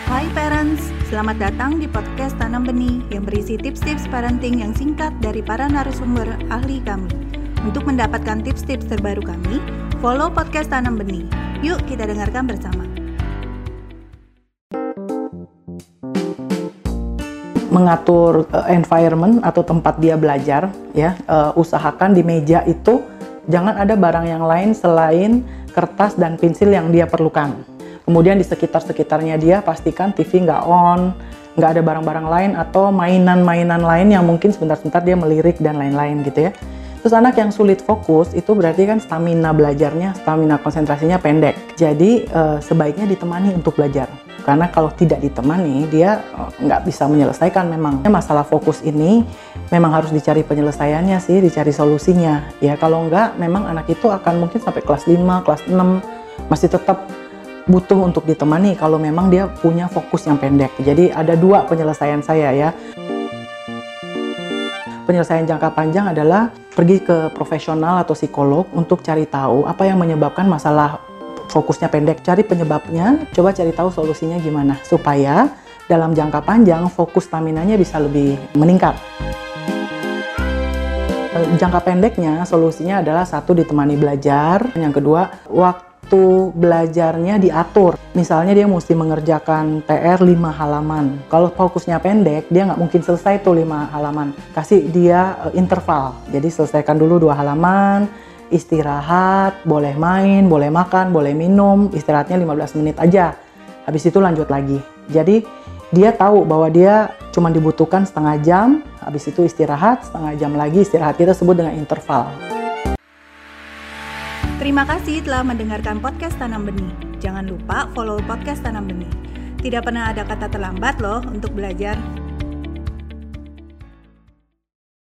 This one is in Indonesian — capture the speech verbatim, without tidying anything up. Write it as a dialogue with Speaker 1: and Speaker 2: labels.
Speaker 1: Hai parents, selamat datang di podcast Tanam Benih yang berisi tips-tips parenting yang singkat dari para narasumber ahli kami. Untuk mendapatkan tips-tips terbaru kami, follow podcast Tanam Benih. Yuk kita dengarkan bersama.
Speaker 2: Mengatur uh, environment atau tempat dia belajar, ya, uh, usahakan di meja itu jangan ada barang yang lain selain kertas dan pensil yang dia perlukan. Kemudian di sekitar-sekitarnya dia pastikan T V nggak on, nggak ada barang-barang lain atau mainan-mainan lain yang mungkin sebentar-sebentar dia melirik dan lain-lain gitu ya. Terus anak yang sulit fokus itu berarti kan stamina belajarnya, stamina konsentrasinya pendek. Jadi uh, sebaiknya ditemani untuk belajar. Karena kalau tidak ditemani, dia nggak bisa menyelesaikan memang. Masalah fokus ini memang harus dicari penyelesaiannya sih, dicari solusinya. Ya kalau nggak, memang anak itu akan mungkin sampai kelas lima, kelas enam, masih tetap butuh untuk ditemani kalau memang dia punya fokus yang pendek. Jadi ada dua penyelesaian saya ya. Penyelesaian jangka panjang adalah pergi ke profesional atau psikolog untuk cari tahu apa yang menyebabkan masalah fokusnya pendek, cari penyebabnya, coba cari tahu solusinya gimana supaya dalam jangka panjang fokus staminanya bisa lebih meningkat. Jangka pendeknya solusinya adalah satu, ditemani belajar, yang kedua waktu belajarnya diatur. Misalnya dia mesti mengerjakan P R lima halaman, kalau fokusnya pendek dia nggak mungkin selesai tuh lima halaman. Kasih dia interval, jadi selesaikan dulu dua halaman, istirahat, boleh main, boleh makan, boleh minum, istirahatnya lima belas menit aja. Habis itu lanjut lagi. Jadi dia tahu bahwa dia cuma dibutuhkan setengah jam, habis itu istirahat, setengah jam lagi istirahat. Kita sebut dengan interval.
Speaker 1: Terima kasih telah mendengarkan podcast Tanam Benih. Jangan lupa follow podcast Tanam Benih. Tidak pernah ada kata terlambat loh untuk belajar.